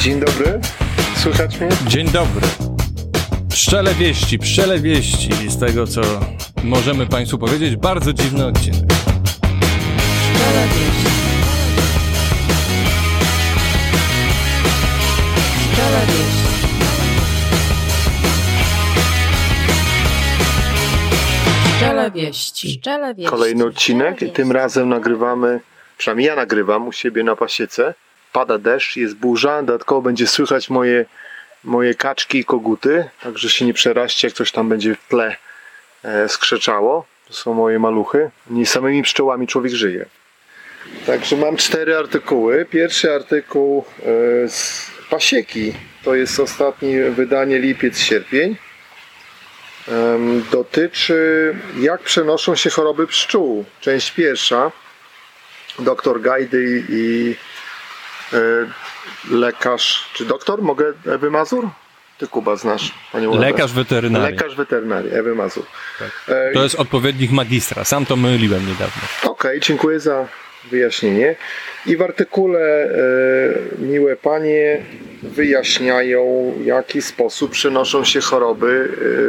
Dzień dobry, słychać mnie? Dzień dobry. Pszczele wieści z tego, co możemy Państwu powiedzieć. Bardzo dziwny odcinek. Pszczele wieści. Pszczele wieści. Pszczele wieści. Pszczele wieści. Kolejny odcinek i tym razem nagrywamy, przynajmniej ja nagrywam u siebie na pasiece. Pada deszcz, jest burza, dodatkowo będzie słychać moje kaczki i koguty, także się nie przeraźcie, jak coś tam będzie w tle skrzeczało. To są moje maluchy. Nie samymi pszczołami człowiek żyje. Także mam 4 artykuły. Pierwszy artykuł z pasieki, to jest ostatnie wydanie lipiec-sierpień. Dotyczy, jak przenoszą się choroby pszczół. Część pierwsza. Doktor Gajdy i lekarz, czy doktor? Mogę Ewy Mazur? Ty, Kuba, znasz panią Lekarz weterynarii. Lekarz weterynarii, Ewy Mazur. Tak. To jest odpowiednik magistra. Sam to myliłem niedawno. Okej, dziękuję za wyjaśnienie. I w artykule miłe panie wyjaśniają, w jaki sposób przenoszą się choroby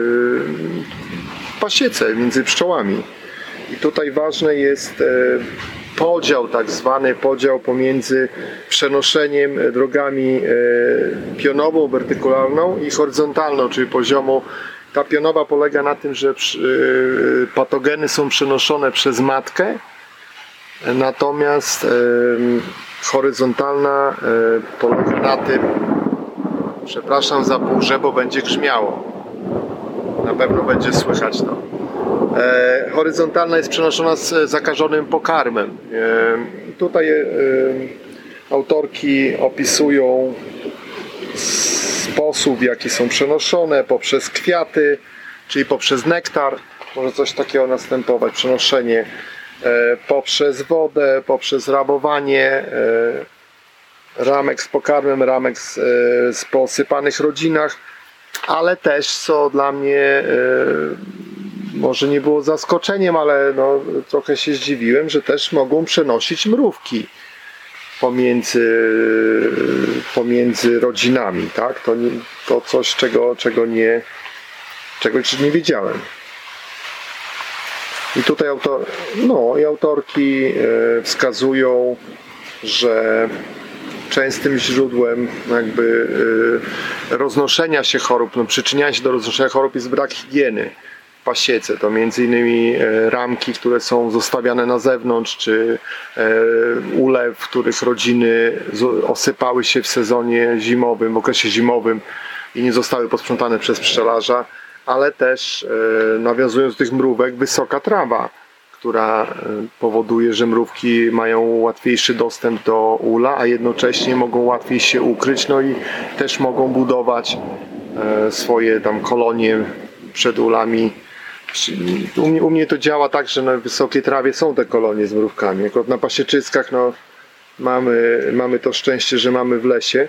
w pasiece między pszczołami. I tutaj ważne jest podział, tak zwany podział pomiędzy przenoszeniem drogami pionową, wertykularną i horyzontalną, czyli poziomu. Ta pionowa polega na tym, że patogeny są przenoszone przez matkę, natomiast horyzontalna polega na tym, przepraszam za burzę, bo będzie grzmiało, na pewno będzie słychać to. Horyzontalna jest przenoszona z zakażonym pokarmem. Tutaj autorki opisują sposób, w jaki są przenoszone, poprzez kwiaty, czyli poprzez nektar, może coś takiego następować, przenoszenie poprzez wodę, poprzez rabowanie ramek z pokarmem, ramek z posypanych rodzinach, ale też, co dla mnie może nie było zaskoczeniem, ale no, trochę się zdziwiłem, że też mogą przenosić mrówki pomiędzy rodzinami, tak? To coś, czego nie wiedziałem. I tutaj autorki wskazują, że częstym źródłem jakby roznoszenia się chorób, przyczyniania się do roznoszenia chorób jest brak higieny w pasiece. To między innymi ramki, które są zostawiane na zewnątrz, czy ule, w których rodziny osypały się w sezonie zimowym, w okresie zimowym i nie zostały posprzątane przez pszczelarza, ale też nawiązując do tych mrówek, wysoka trawa, która powoduje, że mrówki mają łatwiejszy dostęp do ula, a jednocześnie mogą łatwiej się ukryć, no i też mogą budować swoje tam kolonie przed ulami. U mnie to działa tak, że na wysokiej trawie są te kolonie z mrówkami. Akurat na pasieczyskach mamy to szczęście, że mamy w lesie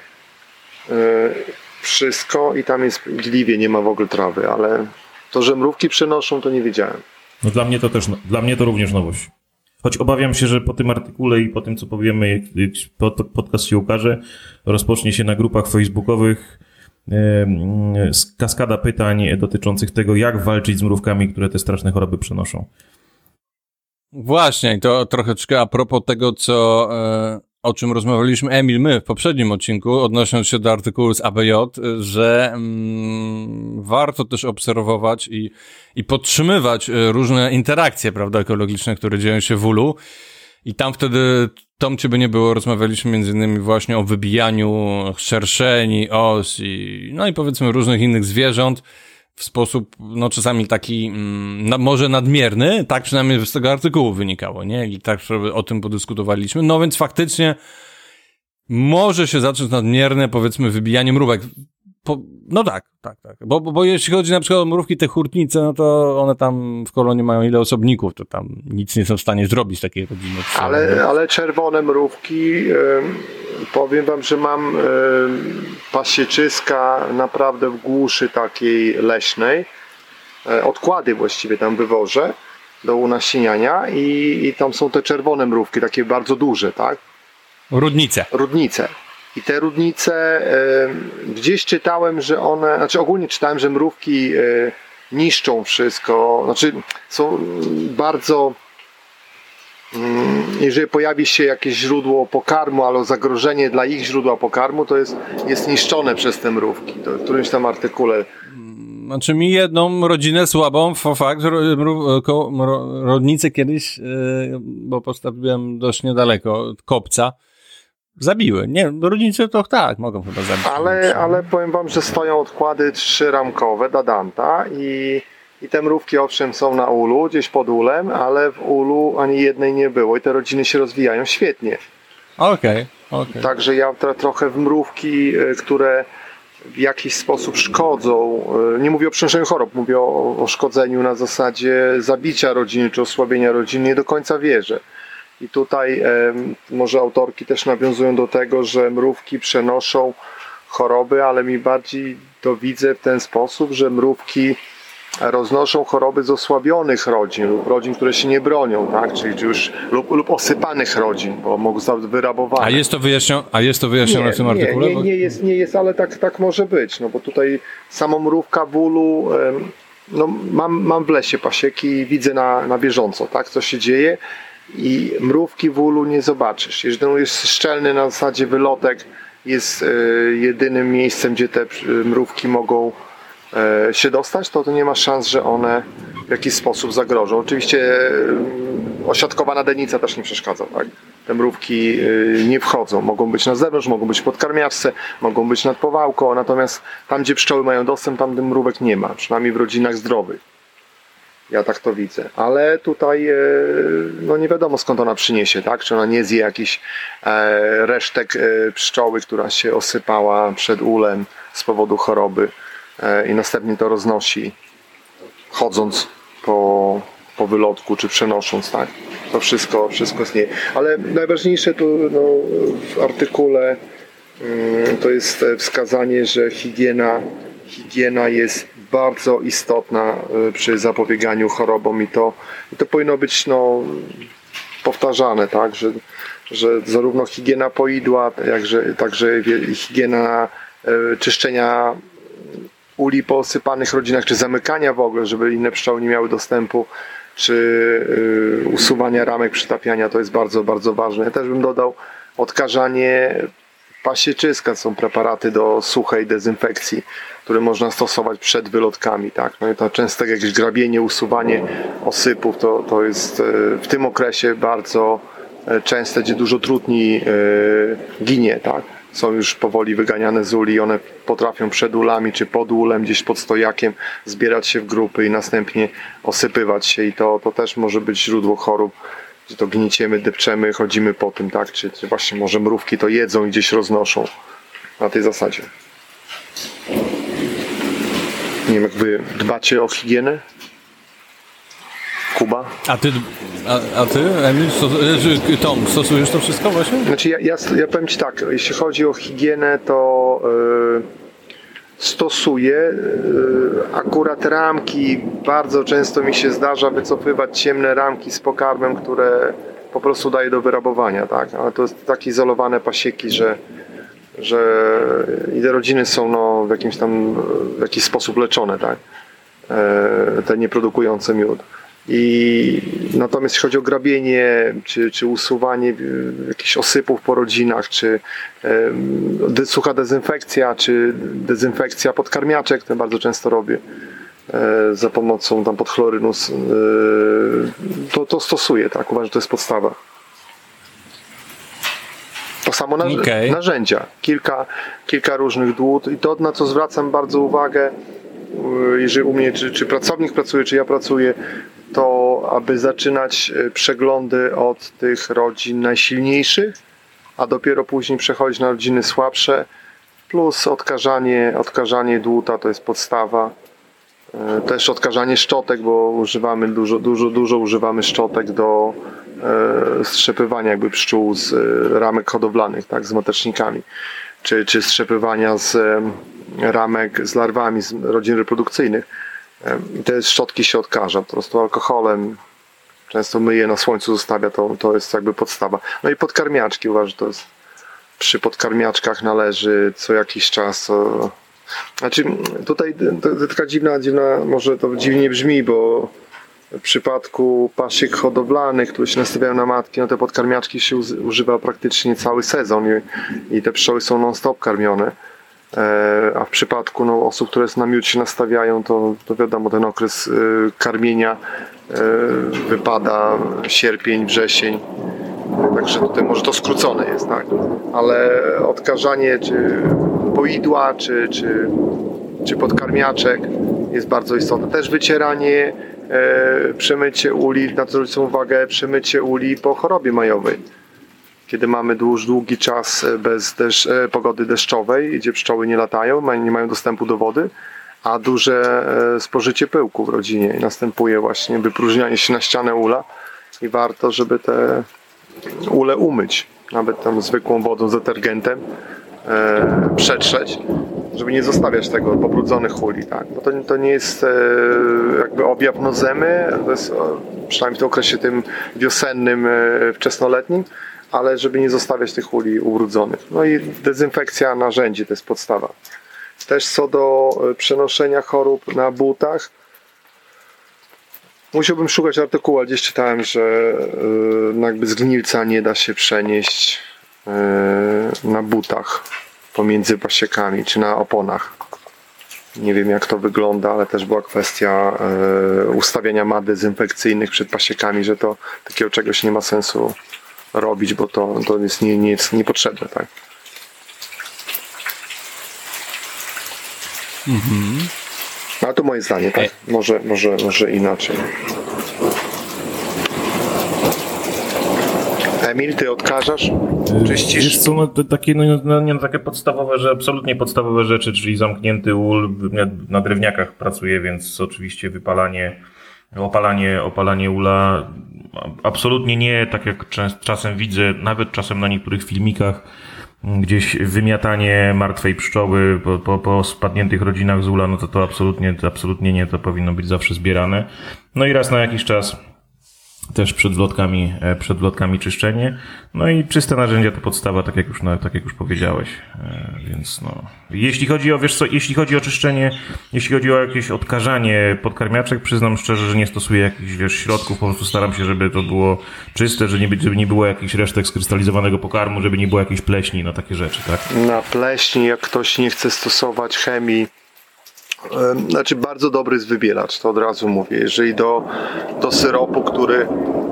wszystko i tam jest gliwie, nie ma w ogóle trawy, ale to, że mrówki przenoszą, to nie wiedziałem. No dla mnie to również nowość. Choć obawiam się, że po tym artykule i po tym, co powiemy, jak podcast się ukaże, rozpocznie się na grupach facebookowych kaskada pytań dotyczących tego, jak walczyć z mrówkami, które te straszne choroby przenoszą. Właśnie, to troszeczkę a propos tego, o czym rozmawialiśmy, Emil, my w poprzednim odcinku, odnosząc się do artykułu z ABJ, że warto też obserwować i podtrzymywać różne interakcje, prawda, ekologiczne, które dzieją się w ulu. I tam wtedy, Tomcie by nie było, rozmawialiśmy między innymi właśnie o wybijaniu szerszeni, os i powiedzmy różnych innych zwierząt w sposób, czasami taki, może nadmierny, tak przynajmniej z tego artykułu wynikało, nie? I tak sobie o tym podyskutowaliśmy. No więc faktycznie może się zacząć nadmierne, powiedzmy, wybijanie mrówek. Tak. Bo jeśli chodzi na przykład o mrówki, te hurtnice, no to one tam w kolonie mają ile osobników, to tam nic nie są w stanie zrobić takiej rodziny. Ale czerwone mrówki, powiem wam, że mam pasieczyska naprawdę w głuszy takiej leśnej. Odkłady właściwie tam wywożę do unasieniania i tam są te czerwone mrówki, takie bardzo duże, tak? Rudnice. I te ródnice, gdzieś czytałem, że one, znaczy ogólnie czytałem, że mrówki niszczą wszystko, znaczy są bardzo, jeżeli pojawi się jakieś źródło pokarmu, albo zagrożenie dla ich źródła pokarmu, to jest niszczone przez te mrówki. To w którymś tam artykule. Znaczy mi jedną rodzinę słabą, fakt, że rodnicy kiedyś, bo postawiłem dość niedaleko od kopca, zabiły. Nie, rodnicy to tak, mogą chyba zabić. Ale powiem wam, że stoją odkłady 3-ramkowe Dadanta i te mrówki owszem są na ulu, gdzieś pod ulem, ale w ulu ani jednej nie było i te rodziny się rozwijają świetnie. Okej. Także ja trochę w mrówki, które w jakiś sposób szkodzą, nie mówię o przenoszeniu chorób, mówię o szkodzeniu na zasadzie zabicia rodziny czy osłabienia rodziny, nie do końca wierzę. I tutaj może autorki też nawiązują do tego, że mrówki przenoszą choroby, ale mi bardziej to widzę w ten sposób, że mrówki roznoszą choroby z osłabionych rodzin lub rodzin, które się nie bronią, tak? Czyli już lub osypanych rodzin, bo mogą zostać wyrabowane. A jest to wyjaśnione w tym artykule? Nie jest, ale tak może być, no bo tutaj samo mrówka w ulu, no mam w lesie pasieki i widzę na bieżąco, tak? Co się dzieje i mrówki w ulu nie zobaczysz. Jeżeli jest szczelny na zasadzie wylotek, jest jedynym miejscem, gdzie te mrówki mogą się dostać, to nie ma szans, że one w jakiś sposób zagrożą. Oczywiście osiadkowana denica też nie przeszkadza, tak? Te mrówki nie wchodzą, mogą być na zewnątrz, mogą być pod karmiarce, mogą być nad powałką, natomiast tam, gdzie pszczoły mają dostęp, tam mrówek nie ma, przynajmniej w rodzinach zdrowych. Ja tak to widzę, ale tutaj no nie wiadomo skąd ona przyniesie, tak? Czy ona nie zje jakiś resztek pszczoły, która się osypała przed ulem z powodu choroby i następnie to roznosi, chodząc po wylotku, czy przenosząc, tak? To wszystko istnieje. Ale najważniejsze tu w artykule to jest wskazanie, że higiena jest bardzo istotna przy zapobieganiu chorobom i to powinno być powtarzane, tak? Że zarówno higiena poidła, także higiena czyszczenia uli po osypanych rodzinach, czy zamykania w ogóle, żeby inne pszczoły nie miały dostępu, czy usuwania ramek przytapiania, to jest bardzo, bardzo ważne. Ja też bym dodał odkażanie pasieczyska, są preparaty do suchej dezynfekcji, które można stosować przed wylotkami, tak? No i to często jakieś grabienie, usuwanie osypów, to jest w tym okresie bardzo częste, gdzie dużo trutni ginie, tak? Są już powoli wyganiane z uli, one potrafią przed ulami czy pod ulem, gdzieś pod stojakiem zbierać się w grupy i następnie osypywać się i to też może być źródło chorób, gdzie to gnieciemy, depczemy, chodzimy po tym, tak? Czy właśnie może mrówki to jedzą i gdzieś roznoszą na tej zasadzie. Nie wiem, jak wy dbacie o higienę? Kuba? A ty, Emil, Tom, stosujesz to wszystko właśnie? Znaczy ja powiem ci tak, jeśli chodzi o higienę, to stosuję akurat ramki, bardzo często mi się zdarza wycofywać ciemne ramki z pokarmem, które po prostu daję do wyrabowania, tak? Ale to jest tak izolowane pasieki, że i te rodziny są w jakiś sposób leczone, tak? Te nieprodukujące miód. Natomiast jeśli chodzi o grabienie, czy usuwanie jakichś osypów po rodzinach, czy sucha dezynfekcja, czy dezynfekcja podkarmiaczek, to bardzo często robię za pomocą podchlorynu, to stosuję, tak? Uważam, że to jest podstawa. To samo narzędzia, kilka różnych dłut i to, na co zwracam bardzo uwagę, jeżeli u mnie, czy pracownik pracuje, czy ja pracuję, to aby zaczynać przeglądy od tych rodzin najsilniejszych, a dopiero później przechodzić na rodziny słabsze, plus odkażanie dłuta to jest podstawa. Też odkażanie szczotek, bo używamy dużo używamy szczotek do strzepywania jakby pszczół z ramek hodowlanych, tak, z matecznikami, czy strzepywania z ramek z larwami z rodzin reprodukcyjnych. I te szczotki się odkaża po prostu alkoholem, często myje, na słońcu zostawia, to jest jakby podstawa. No i podkarmiaczki, uważam, że to jest przy podkarmiaczkach należy co jakiś czas. Znaczy, tutaj to taka dziwna, może to dziwnie brzmi, bo w przypadku pasiek hodowlanych, które się nastawiają na matki, no te podkarmiaczki się używa praktycznie cały sezon i te pszczoły są non-stop karmione. A w przypadku osób, które na miód się nastawiają, to wiadomo, ten okres karmienia wypada sierpień, wrzesień. Także tutaj może to skrócone jest, tak? Ale odkażanie czy poidła, czy podkarmiaczek jest bardzo istotne. Też wycieranie, przemycie uli, na co zwrócę uwagę, przemycie uli po chorobie majowej. Kiedy mamy długi czas bez pogody deszczowej, gdzie pszczoły nie latają, nie mają dostępu do wody, a duże spożycie pyłku w rodzinie i następuje właśnie wypróżnianie się na ścianę ula i warto, żeby te ule umyć, nawet tam zwykłą wodą z detergentem, przetrzeć, żeby nie zostawiać tego pobrudzonych uli, tak? Bo to nie jest jakby objaw nozemy, to jest, przynajmniej w tym okresie tym wiosennym, wczesnoletnim, ale żeby nie zostawiać tych uli ubrudzonych. No i dezynfekcja narzędzi to jest podstawa. Też co do przenoszenia chorób na butach, musiałbym szukać artykułu, ale gdzieś czytałem, że jakby zgnilca nie da się przenieść na butach pomiędzy pasiekami czy na oponach. Nie wiem jak to wygląda, ale też była kwestia ustawiania mat dezynfekcyjnych przed pasiekami, że to takiego czegoś nie ma sensu robić, bo to jest niepotrzebne, tak? Ale to moje zdanie, tak? Może inaczej. Emil, ty odkażasz? Czyścisz? Wiesz co, takie podstawowe, że absolutnie podstawowe rzeczy, czyli zamknięty ul, na drewniakach pracuję, więc oczywiście opalanie ula absolutnie nie, tak jak czasem widzę, nawet czasem na niektórych filmikach, gdzieś wymiatanie martwej pszczoły po spadniętych rodzinach z ula, no to absolutnie nie, to powinno być zawsze zbierane. No i raz na jakiś czas też przed wlotkami czyszczenie. No i czyste narzędzia to podstawa, tak jak już powiedziałeś. Więc no. Jeśli chodzi o czyszczenie, jeśli chodzi o jakieś odkażanie podkarmiaczek, przyznam szczerze, że nie stosuję jakichś środków, po prostu staram się, żeby to było czyste, żeby nie było jakichś resztek skrystalizowanego pokarmu, żeby nie było jakiejś pleśni, no takie rzeczy, tak? Na pleśni, jak ktoś nie chce stosować chemii, znaczy bardzo dobry jest wybielacz, to od razu mówię. Jeżeli do syropu, który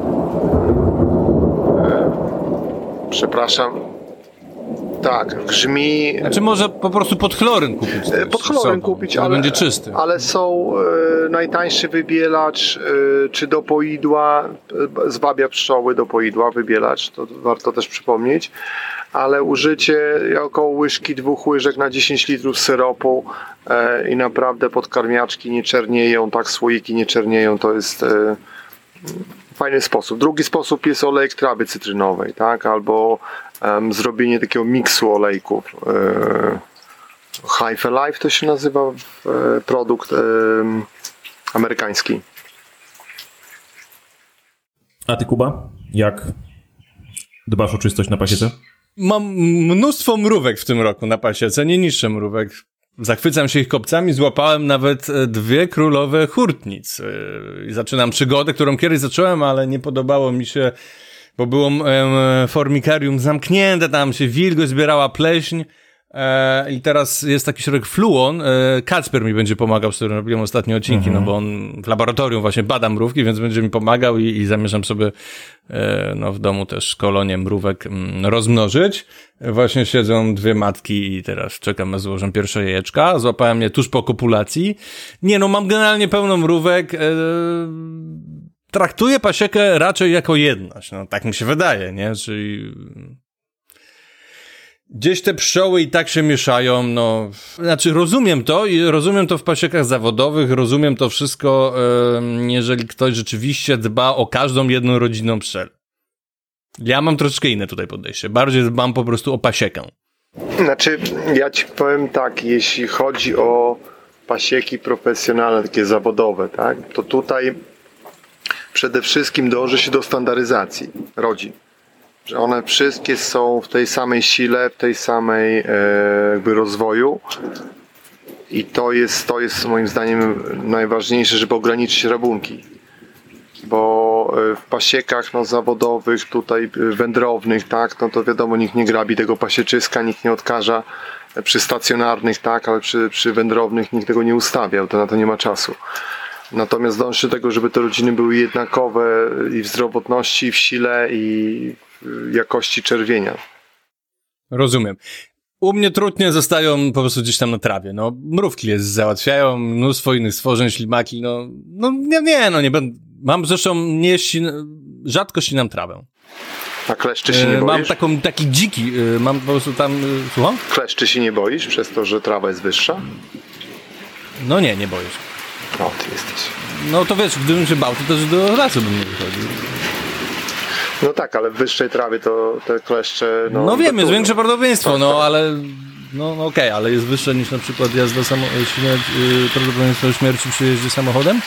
przepraszam, tak, grzmi. Znaczy może po prostu pod chlorem kupić. Pod chlorem kupić, ale będzie czysty. Ale są najtańszy wybielacz, czy do poidła, zwabia pszczoły do poidła, wybielacz, to warto też przypomnieć. Ale użycie około łyżki, 2 łyżek na 10 litrów syropu i naprawdę podkarmiaczki nie czernieją, tak słoiki nie czernieją, to jest fajny sposób. Drugi sposób jest olejek trawy cytrynowej, tak? Albo zrobienie takiego miksu olejków. Hive Alive to się nazywa produkt amerykański. A ty, Kuba, jak dbasz o czystość na pasiece? Mam mnóstwo mrówek w tym roku na pasiece, nie niszczę mrówek. Zachwycam się ich kopcami, złapałem nawet 2 królowe hurtnic. I zaczynam przygodę, którą kiedyś zacząłem, ale nie podobało mi się, bo było formikarium zamknięte, tam się wilgoć zbierała, pleśń. I teraz jest taki środek Fluon. Kacper mi będzie pomagał, z którym robiłem ostatnie odcinki, no bo on w laboratorium właśnie bada mrówki, więc będzie mi pomagał i zamierzam sobie w domu też kolonie mrówek rozmnożyć. Właśnie siedzą 2 matki i teraz czekam, aż złożę pierwsze jajeczka. Złapałem je tuż po kopulacji. Mam generalnie pełno mrówek. Traktuję pasiekę raczej jako jedność. No tak mi się wydaje, nie? Czyli gdzieś te pszczoły i tak się mieszają, znaczy rozumiem to i rozumiem to w pasiekach zawodowych, rozumiem to wszystko, jeżeli ktoś rzeczywiście dba o każdą jedną rodzinną pszczel. Ja mam troszeczkę inne tutaj podejście, bardziej dbam po prostu o pasiekę. Znaczy, ja ci powiem tak, jeśli chodzi o pasieki profesjonalne, takie zawodowe, tak, to tutaj przede wszystkim dąży się do standaryzacji rodzin. że one wszystkie są w tej samej sile, w tej samej jakby rozwoju. I to jest moim zdaniem najważniejsze, żeby ograniczyć rabunki. Bo w pasiekach zawodowych, tutaj wędrownych, tak, no to wiadomo, nikt nie grabi tego pasieczyska, nikt nie odkaża przy stacjonarnych, tak, ale przy wędrownych nikt tego nie ustawiał, to na to nie ma czasu. Natomiast dąży do tego, żeby te rodziny były jednakowe i w zdrowotności, i w sile, i w jakości czerwienia. Rozumiem. U mnie trudnie zostają po prostu gdzieś tam na trawie. No, mrówki je załatwiają, mnóstwo innych stworzeń, ślimaki, nie będę. Mam zresztą rzadko ścinam trawę. A kleszczy się nie boisz? Mam taki dziki, mam po prostu tam, słucham? Kleszczy się nie boisz przez to, że trawa jest wyższa? No nie boję się. O, ty jesteś. No to wiesz, gdybym się bał, to też do lasu bym nie wychodził. No tak, ale w wyższej trawie to te kleszcze... No wiem, jest większe prawdopodobieństwo, ale... No okej, ale jest wyższe niż na przykład jazda prawdopodobieństwo śmierci przy jeździe samochodem?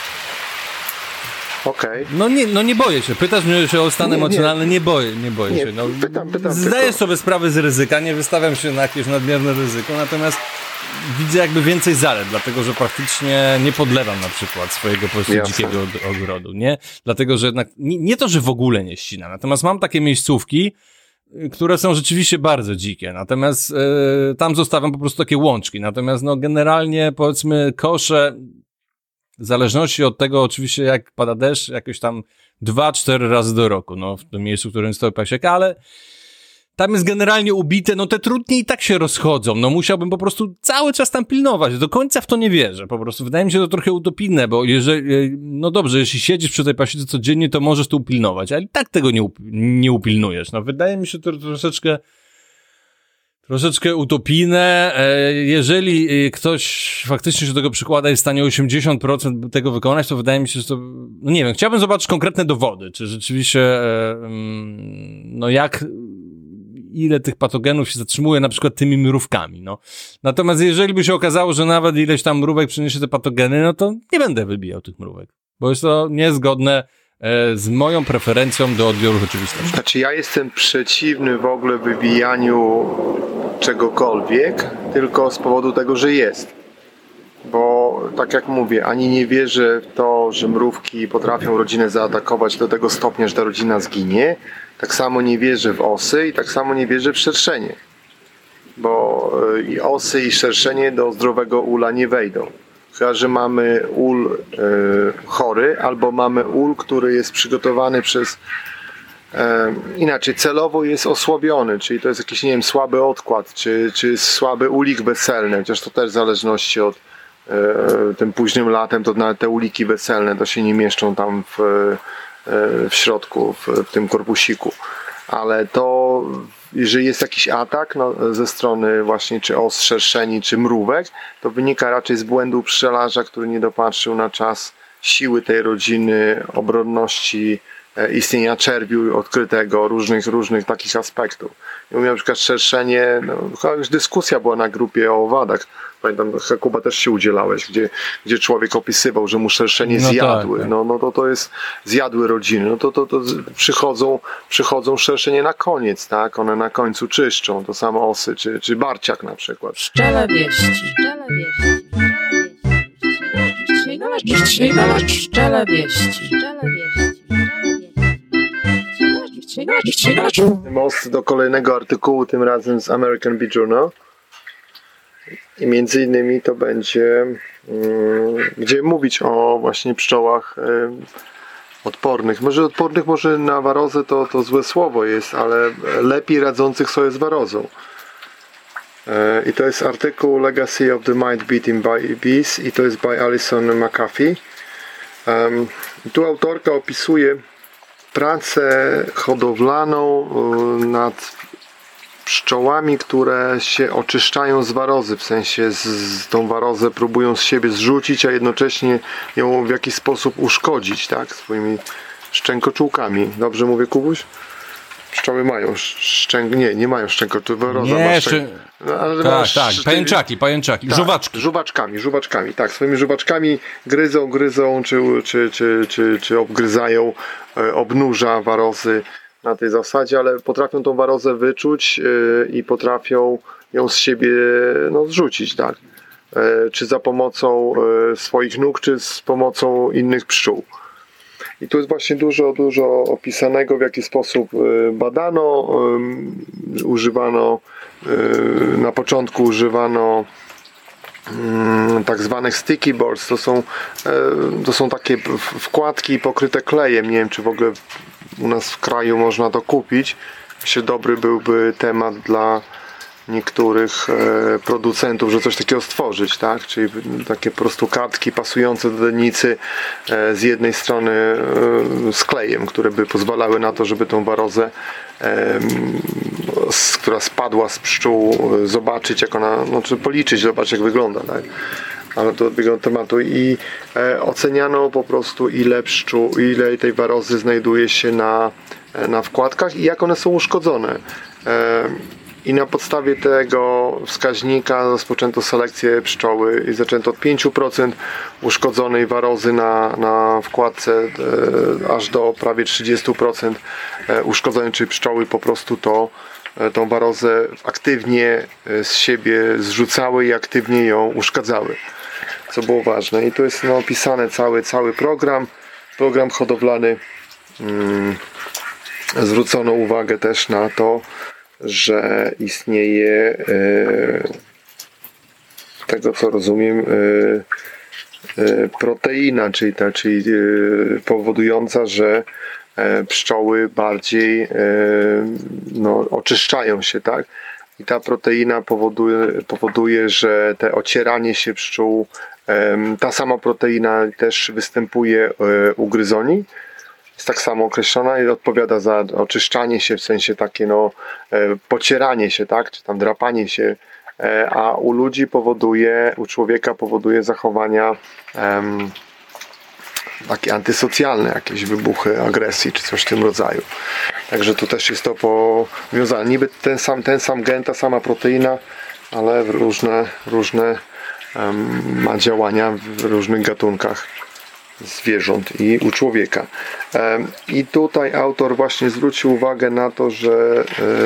Okej. No nie boję się. Pytasz mnie się o stan emocjonalny, nie boję się. No, pytam zdaję tylko. sobie sprawę z ryzyka, nie wystawiam się na jakieś nadmierne ryzyko, natomiast widzę jakby więcej zalet, dlatego że praktycznie nie podlewam na przykład swojego po prostu dzikiego ogrodu, nie? Dlatego, że jednak, nie to, że w ogóle nie ścinam, natomiast mam takie miejscówki, które są rzeczywiście bardzo dzikie, natomiast tam zostawiam po prostu takie łączki, natomiast generalnie powiedzmy kosze, w zależności od tego oczywiście jak pada deszcz, jakoś tam 2-4 razy do roku, w tym miejscu, w którym stoi pasieka, ale tam jest generalnie ubite, te trudnie i tak się rozchodzą, musiałbym po prostu cały czas tam pilnować, do końca w to nie wierzę, po prostu wydaje mi się to trochę utopijne, bo jeżeli, dobrze, jeśli siedzisz przy tej pasiece codziennie, to możesz to upilnować, ale i tak tego nie upilnujesz, wydaje mi się to troszeczkę utopijne. Jeżeli ktoś faktycznie się do tego przykłada i jest w stanie 80% tego wykonać, to wydaje mi się, że to... nie wiem, chciałbym zobaczyć konkretne dowody, czy rzeczywiście ile tych patogenów się zatrzymuje na przykład tymi mrówkami, Natomiast jeżeli by się okazało, że nawet ileś tam mrówek przyniesie te patogeny, to nie będę wybijał tych mrówek, bo jest to niezgodne z moją preferencją do odbioru rzeczywistości. Znaczy ja jestem przeciwny w ogóle wybijaniu czegokolwiek, tylko z powodu tego, że jest. Bo tak jak mówię, ani nie wierzę w to, że mrówki potrafią rodzinę zaatakować do tego stopnia, że ta rodzina zginie. Tak samo nie wierzę w osy i tak samo nie wierzę w szerszenie. Bo i osy i szerszenie do zdrowego ula nie wejdą. Chyba że mamy ul chory, albo mamy ul, który jest przygotowany przez inaczej, celowo jest osłabiony, czyli to jest jakiś, słaby odkład, czy słaby ulik weselny, chociaż to też w zależności od tym późnym latem, to nawet te uliki weselne to się nie mieszczą tam w środku, w tym korpusiku. Ale to, jeżeli jest jakiś atak ze strony właśnie czy os, szerszeni, czy mrówek, to wynika raczej z błędu pszczelarza, który nie dopatrzył na czas siły tej rodziny, obronności, istnienia czerwiu odkrytego, różnych takich aspektów. Ja na przykład szerszenie, chyba już dyskusja była na grupie o owadach. Pamiętam, Kuba też się udzielałeś, gdzie człowiek opisywał, że mu szerszenie zjadły. Tak. To jest zjadły rodziny. To przychodzą szerszenie na koniec, tak? One na końcu czyszczą. To samo osy, czy barciak na przykład. Pszczele wieści. Pszczele wieści. Most do kolejnego artykułu, tym razem z American Bee Journal. I między innymi to będzie, gdzie mówić o właśnie pszczołach odpornych. Może na warozę to złe słowo jest, ale lepiej radzących sobie z warozą. I to jest artykuł Legacy of the Mind Beaten by Bees i to jest by Alison McAfee. Tu autorka opisuje pracę hodowlaną nad pszczołami, które się oczyszczają z warozy, w sensie z tą warozę próbują z siebie zrzucić, a jednocześnie ją w jakiś sposób uszkodzić, tak? Swoimi szczękoczułkami. Dobrze mówię, Kubuś? Pszczoły mają nie mają szczękoczułków. Tak, pajęczaki, żuwaczkami, tak, swoimi żuwaczkami gryzą, czy obgryzają obnóża warozy, na tej zasadzie, ale potrafią tą warozę wyczuć i potrafią ją z siebie zrzucić, tak? Czy za pomocą swoich nóg, czy z pomocą innych pszczół. I tu jest właśnie dużo opisanego, w jaki sposób badano, na początku używano tak zwanych sticky boards, to są takie wkładki pokryte klejem, nie wiem czy w ogóle u nas w kraju można to kupić. Myślę, dobry byłby temat dla niektórych producentów, że coś takiego stworzyć, tak? Czyli takie po prostu kartki pasujące do denicy z jednej strony z klejem, które by pozwalały na to, żeby tą warozę, która spadła z pszczół, zobaczyć jak ona, czy policzyć, zobaczyć jak wygląda, tak? Ale to odbiegam tematu i oceniano po prostu ile tej warozy znajduje się na wkładkach i jak one są uszkodzone. I na podstawie tego wskaźnika rozpoczęto selekcję pszczoły i zaczęto od 5% uszkodzonej warozy na wkładce aż do prawie 30% uszkodzonej, czyli pszczoły po prostu tą warozę aktywnie z siebie zrzucały i aktywnie ją uszkadzały, co było ważne. I tu jest opisany cały program hodowlany. Zwrócono uwagę też na to, że istnieje, tego co rozumiem, proteina, czyli powodująca, że pszczoły bardziej oczyszczają się, tak? I ta proteina powoduje, że te ocieranie się pszczół, ta sama proteina też występuje u gryzoni. Jest tak samo określona i odpowiada za oczyszczanie się, w sensie takie pocieranie się, tak, czy tam drapanie się, a u ludzi u człowieka powoduje zachowania takie antysocjalne, jakieś wybuchy agresji, czy coś w tym rodzaju. Także tu też jest to powiązane. Niby ten sam gen, ta sama proteina, ale różne ma działania w różnych gatunkach zwierząt i u człowieka. I tutaj autor właśnie zwrócił uwagę na to, że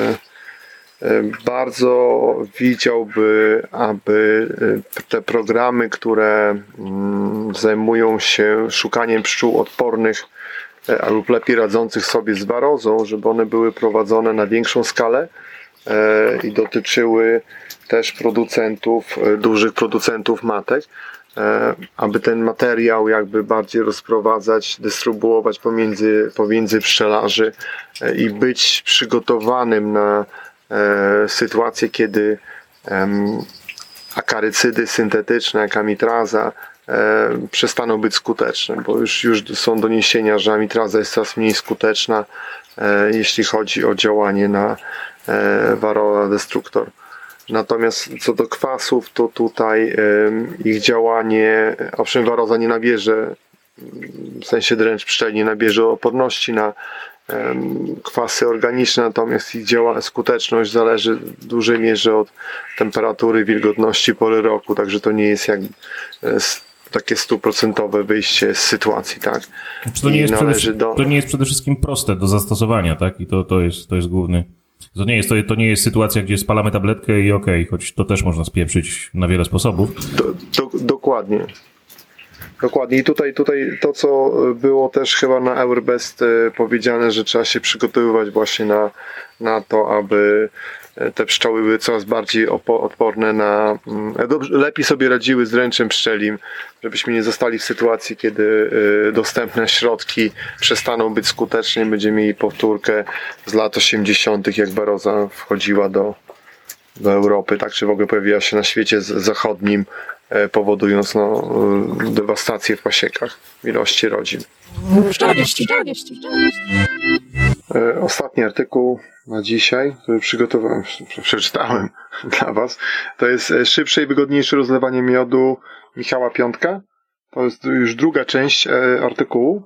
bardzo widziałby, aby te programy, które zajmują się szukaniem pszczół odpornych lub lepiej radzących sobie z warozą, żeby one były prowadzone na większą skalę i dotyczyły też dużych producentów matek, aby ten materiał jakby bardziej rozprowadzać, dystrybuować pomiędzy pszczelarzy i być przygotowanym na sytuację, kiedy akarycydy syntetyczne, jak amitraza, przestaną być skuteczne, bo już są doniesienia, że amitraza jest coraz mniej skuteczna, jeśli chodzi o działanie na Varroa destructor. Natomiast co do kwasów, to tutaj ich działanie, owszem, waroza nie nabierze, w sensie dręcz pszczeli nie nabierze oporności na kwasy organiczne, natomiast ich skuteczność zależy w dużej mierze od temperatury, wilgotności pory roku, także to nie jest takie 100% wyjście z sytuacji, tak? To nie jest przede wszystkim proste do zastosowania, tak? I to jest główny. To nie jest sytuacja, gdzie spalamy tabletkę i okej, choć to też można spieprzyć na wiele sposobów. Dokładnie. I tutaj to, co było też chyba na Eurbest powiedziane, że trzeba się przygotowywać właśnie na to, aby te pszczoły były coraz bardziej odporne lepiej sobie radziły z dręczem pszczelim, żebyśmy nie zostali w sytuacji, kiedy dostępne środki przestaną być skuteczne i będziemy mieli powtórkę z lat 80., jak waroza wchodziła do Europy, tak, czy w ogóle pojawiła się na świecie zachodnim, powodując dewastację w pasiekach w ilości rodzin. Ostatni artykuł na dzisiaj, który przeczytałem dla Was, to jest szybsze i wygodniejsze rozlewanie miodu Michała Piątka. To jest już druga część artykułu.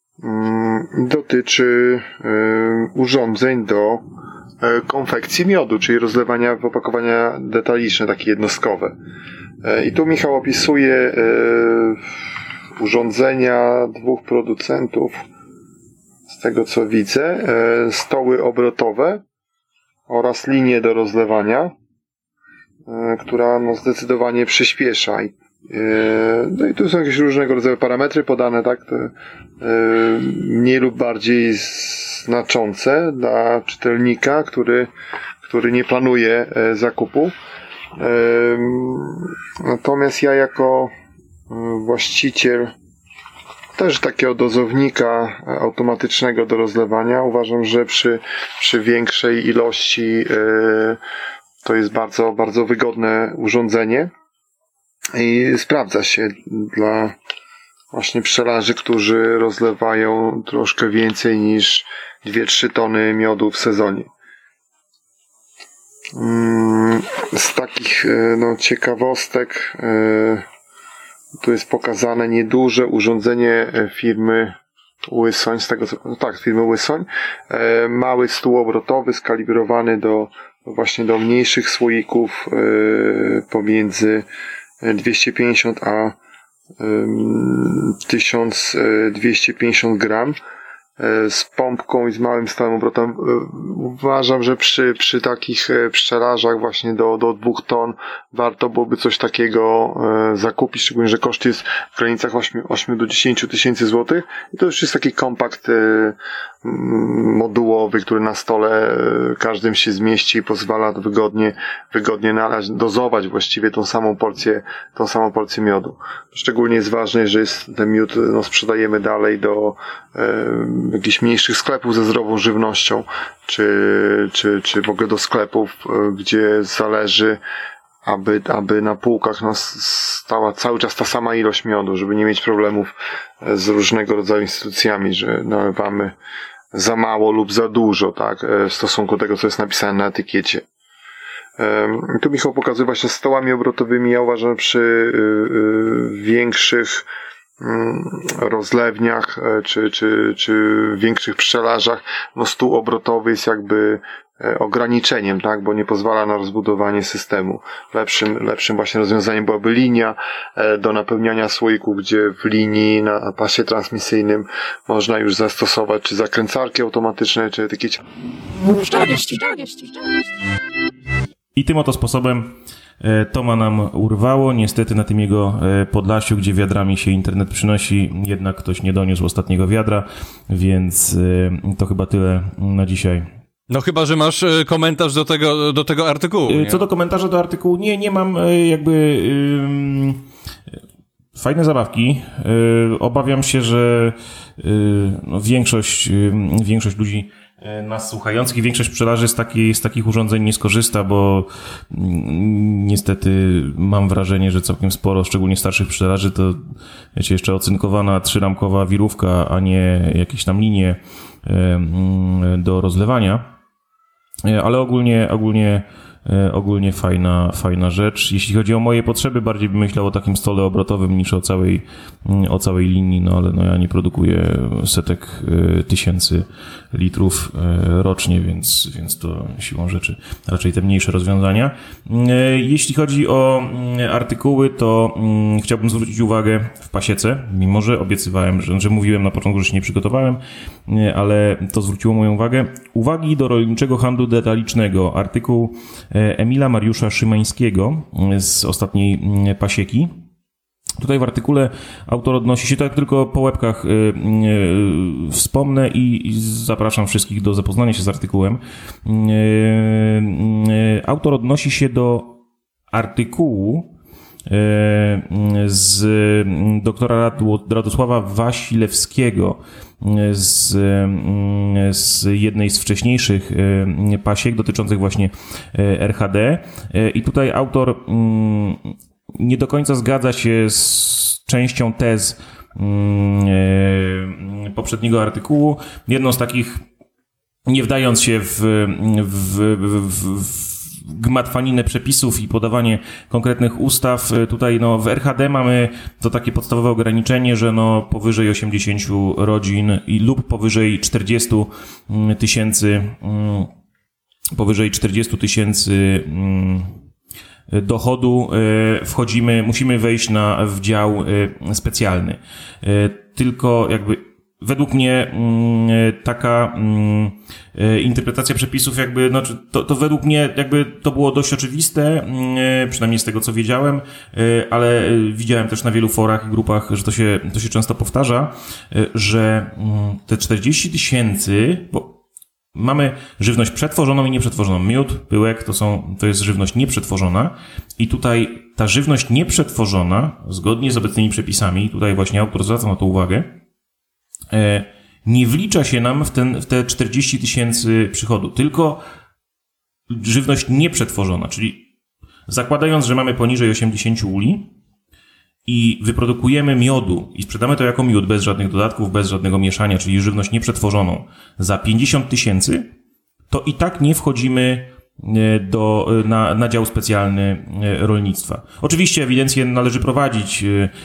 Dotyczy urządzeń do konfekcji miodu, czyli rozlewania w opakowania detaliczne, takie jednostkowe. I tu Michał opisuje urządzenia dwóch producentów. Z tego co widzę, stoły obrotowe oraz linię do rozlewania, która no zdecydowanie przyspiesza. No i tu są jakieś różnego rodzaju parametry podane, tak? Mniej lub bardziej znaczące dla czytelnika, który nie planuje zakupu. Natomiast ja jako właściciel też takiego dozownika automatycznego do rozlewania uważam, że przy większej ilości to jest bardzo, bardzo wygodne urządzenie i sprawdza się dla właśnie pszczelarzy, którzy rozlewają troszkę więcej niż 2-3 tony miodu w sezonie. Z takich ciekawostek tu jest pokazane nieduże urządzenie firmy Łysoń, firmy Łysoń. Mały stół obrotowy skalibrowany właśnie do mniejszych słoików pomiędzy 250 a 1250 gram z pompką i z małym stałym obrotem. Uważam, że przy takich pszczelarzach właśnie do 2 ton warto byłoby coś takiego zakupić, szczególnie, że koszt jest w granicach 8 do 10 tysięcy złotych i to już jest taki kompakt modułowy, który na stole każdym się zmieści i pozwala wygodnie nalać, dozować właściwie tą samą porcję miodu. Szczególnie jest ważne, że ten miód sprzedajemy dalej do jakichś mniejszych sklepów ze zdrową żywnością, czy w ogóle do sklepów, gdzie zależy, aby na półkach stała cały czas ta sama ilość miodu, żeby nie mieć problemów z różnego rodzaju instytucjami, że nalewamy za mało lub za dużo, tak, w stosunku do tego, co jest napisane na etykiecie. Tu Michał pokazuje właśnie stołami obrotowymi. Ja uważam, że przy większych rozlewniach czy większych pszczelarzach stół obrotowy jest jakby ograniczeniem, tak, bo nie pozwala na rozbudowanie systemu. Lepszym właśnie rozwiązaniem byłaby linia do napełniania słoików, gdzie w linii na pasie transmisyjnym można już zastosować czy zakręcarki automatyczne, czy etykiecie. I tym oto sposobem Toma nam urwało. Niestety na tym jego Podlasiu, gdzie wiadrami się internet przynosi, jednak ktoś nie doniósł ostatniego wiadra, więc to chyba tyle na dzisiaj. No chyba, że masz komentarz do tego artykułu. Nie? Co do komentarza do artykułu, nie mam jakby fajne zabawki. Obawiam się, że większość ludzi nas słuchających i większość pszczelarzy z takich urządzeń nie skorzysta, bo niestety mam wrażenie, że całkiem sporo, szczególnie starszych pszczelarzy, to wiecie, jeszcze ocynkowana 3-ramkowa wirówka, a nie jakieś tam linie do rozlewania. Ale ogólnie fajna rzecz. Jeśli chodzi o moje potrzeby, bardziej bym myślał o takim stole obrotowym niż o całej linii, ale ja nie produkuję setek tysięcy litrów rocznie, więc to siłą rzeczy raczej te mniejsze rozwiązania. Jeśli chodzi o artykuły, to chciałbym zwrócić uwagę w pasiece, mimo że obiecywałem, że mówiłem na początku, że się nie przygotowałem, ale to zwróciło moją uwagę. Uwagi do rolniczego handlu detalicznego. Artykuł Emila Mariusza Szymańskiego z ostatniej pasieki. Tutaj w artykule autor odnosi się, tak tylko po łebkach wspomnę i zapraszam wszystkich do zapoznania się z artykułem. Autor odnosi się do artykułu z doktora Radosława Wasilewskiego z jednej z wcześniejszych pasiek dotyczących właśnie RHD. I tutaj autor nie do końca zgadza się z częścią tez poprzedniego artykułu. Jedną z takich, nie wdając się w gmatwaninę przepisów i podawanie konkretnych ustaw. Tutaj w RHD mamy to takie podstawowe ograniczenie, że powyżej 80 rodzin lub powyżej 40 tysięcy dochodu musimy wejść w dział specjalny. Tylko jakby według mnie taka interpretacja przepisów jakby, no, to według mnie jakby to było dość oczywiste, przynajmniej z tego co wiedziałem, ale widziałem też na wielu forach i grupach, że to się często powtarza, że te 40 000, bo mamy żywność przetworzoną i nieprzetworzoną. Miód, pyłek to jest żywność nieprzetworzona i tutaj ta żywność nieprzetworzona, zgodnie z obecnymi przepisami, tutaj właśnie autor zwraca na to uwagę, nie wlicza się nam w te 40 000 przychodu, tylko żywność nieprzetworzona, czyli zakładając, że mamy poniżej 80 uli i wyprodukujemy miodu i sprzedamy to jako miód bez żadnych dodatków, bez żadnego mieszania, czyli żywność nieprzetworzoną za 50 000, to i tak nie wchodzimy na dział specjalny rolnictwa. Oczywiście ewidencję należy prowadzić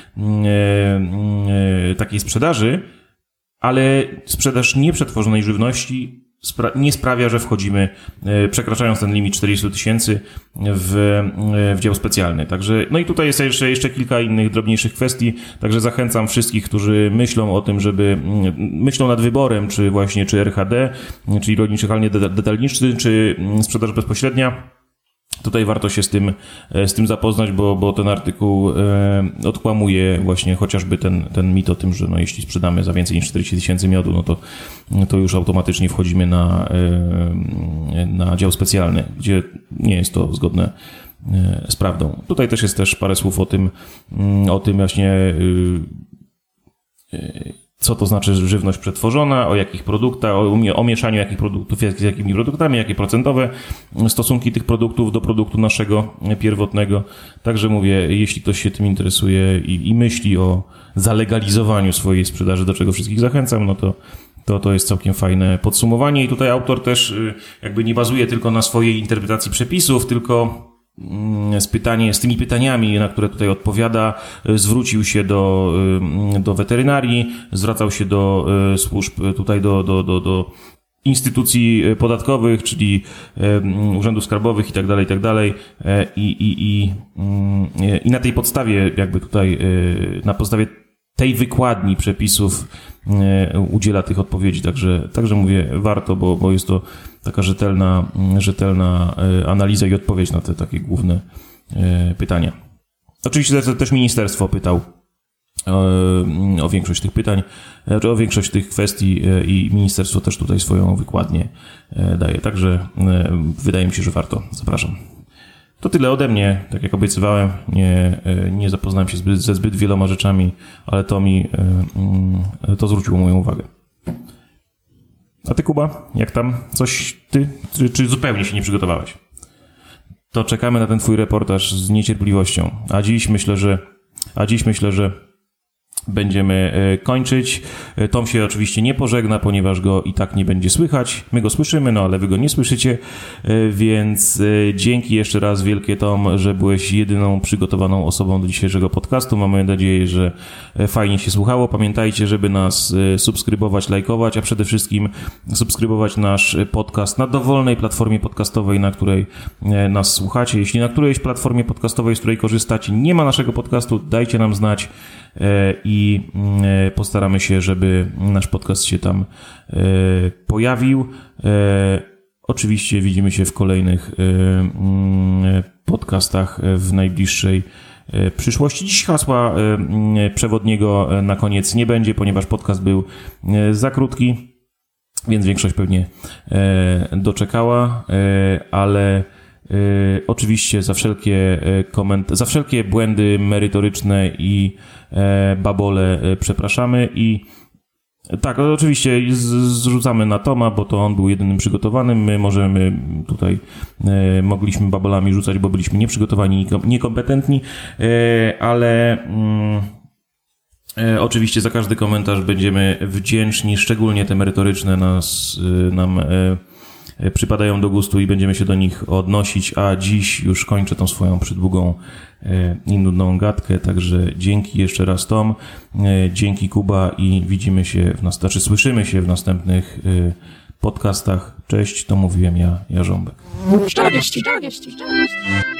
takiej sprzedaży, ale sprzedaż nieprzetworzonej żywności nie sprawia, że wchodzimy, przekraczając ten limit 400 000 w dział specjalny. Także, no i tutaj jest jeszcze kilka innych drobniejszych kwestii, także zachęcam wszystkich, którzy myślą o tym, myślą nad wyborem, czy RHD, czyli rolniczy handel detaliczny, czy sprzedaż bezpośrednia. Tutaj warto się z tym zapoznać, bo ten artykuł odkłamuje właśnie chociażby ten mit o tym, że no jeśli sprzedamy za więcej niż 40 000 miodu, no to już automatycznie wchodzimy na dział specjalny, gdzie nie jest to zgodne z prawdą. Tutaj też jest parę słów o tym właśnie, co to znaczy żywność przetworzona, o jakich produktach, o mieszaniu jakich produktów z jakimi produktami, jakie procentowe stosunki tych produktów do produktu naszego pierwotnego. Także mówię, jeśli ktoś się tym interesuje i myśli o zalegalizowaniu swojej sprzedaży, do czego wszystkich zachęcam, no to jest całkiem fajne podsumowanie. I tutaj autor też jakby nie bazuje tylko na swojej interpretacji przepisów, tylko z tymi pytaniami, na które tutaj odpowiada, zwrócił się do weterynarii, zwracał się do służb, tutaj do instytucji podatkowych, czyli urzędów skarbowych i tak dalej. I na tej podstawie jakby tutaj, na podstawie tej wykładni przepisów udziela tych odpowiedzi. Także mówię, warto, bo jest to taka rzetelna analiza i odpowiedź na te takie główne pytania. Oczywiście też ministerstwo pytał o większość tych pytań, czy o większość tych kwestii i ministerstwo też tutaj swoją wykładnię daje. Także wydaje mi się, że warto. Zapraszam. To tyle ode mnie. Tak jak obiecywałem, nie zapoznałem się ze zbyt wieloma rzeczami, ale to zwróciło moją uwagę. A ty, Kuba, jak tam? Coś ty? Czy zupełnie się nie przygotowałeś? To czekamy na ten twój reportaż z niecierpliwością. A dziś myślę, że będziemy kończyć. Tom się oczywiście nie pożegna, ponieważ go i tak nie będzie słychać. My go słyszymy, no ale wy go nie słyszycie, więc dzięki jeszcze raz wielkie, Tom, że byłeś jedyną przygotowaną osobą do dzisiejszego podcastu. Mamy nadzieję, że fajnie się słuchało. Pamiętajcie, żeby nas subskrybować, lajkować, a przede wszystkim subskrybować nasz podcast na dowolnej platformie podcastowej, na której nas słuchacie. Jeśli na którejś platformie podcastowej, z której korzystacie, nie ma naszego podcastu, dajcie nam znać i postaramy się, żeby nasz podcast się tam pojawił. Oczywiście widzimy się w kolejnych podcastach w najbliższej przyszłości. Dziś hasła przewodniego na koniec nie będzie, ponieważ podcast był za krótki, więc większość pewnie doczekała, ale oczywiście za wszelkie błędy merytoryczne i babole przepraszamy i tak, oczywiście zrzucamy na Toma, bo to on był jedynym przygotowanym. My mogliśmy babolami rzucać, bo byliśmy nieprzygotowani, niekompetentni, ale oczywiście za każdy komentarz będziemy wdzięczni, szczególnie te merytoryczne nam przypadają do gustu i będziemy się do nich odnosić, a dziś już kończę tą swoją przydługą i nudną gadkę, także dzięki jeszcze raz, Tom, dzięki, Kuba, i słyszymy się w następnych podcastach. Cześć, to mówiłem ja, Jarząbek. 40.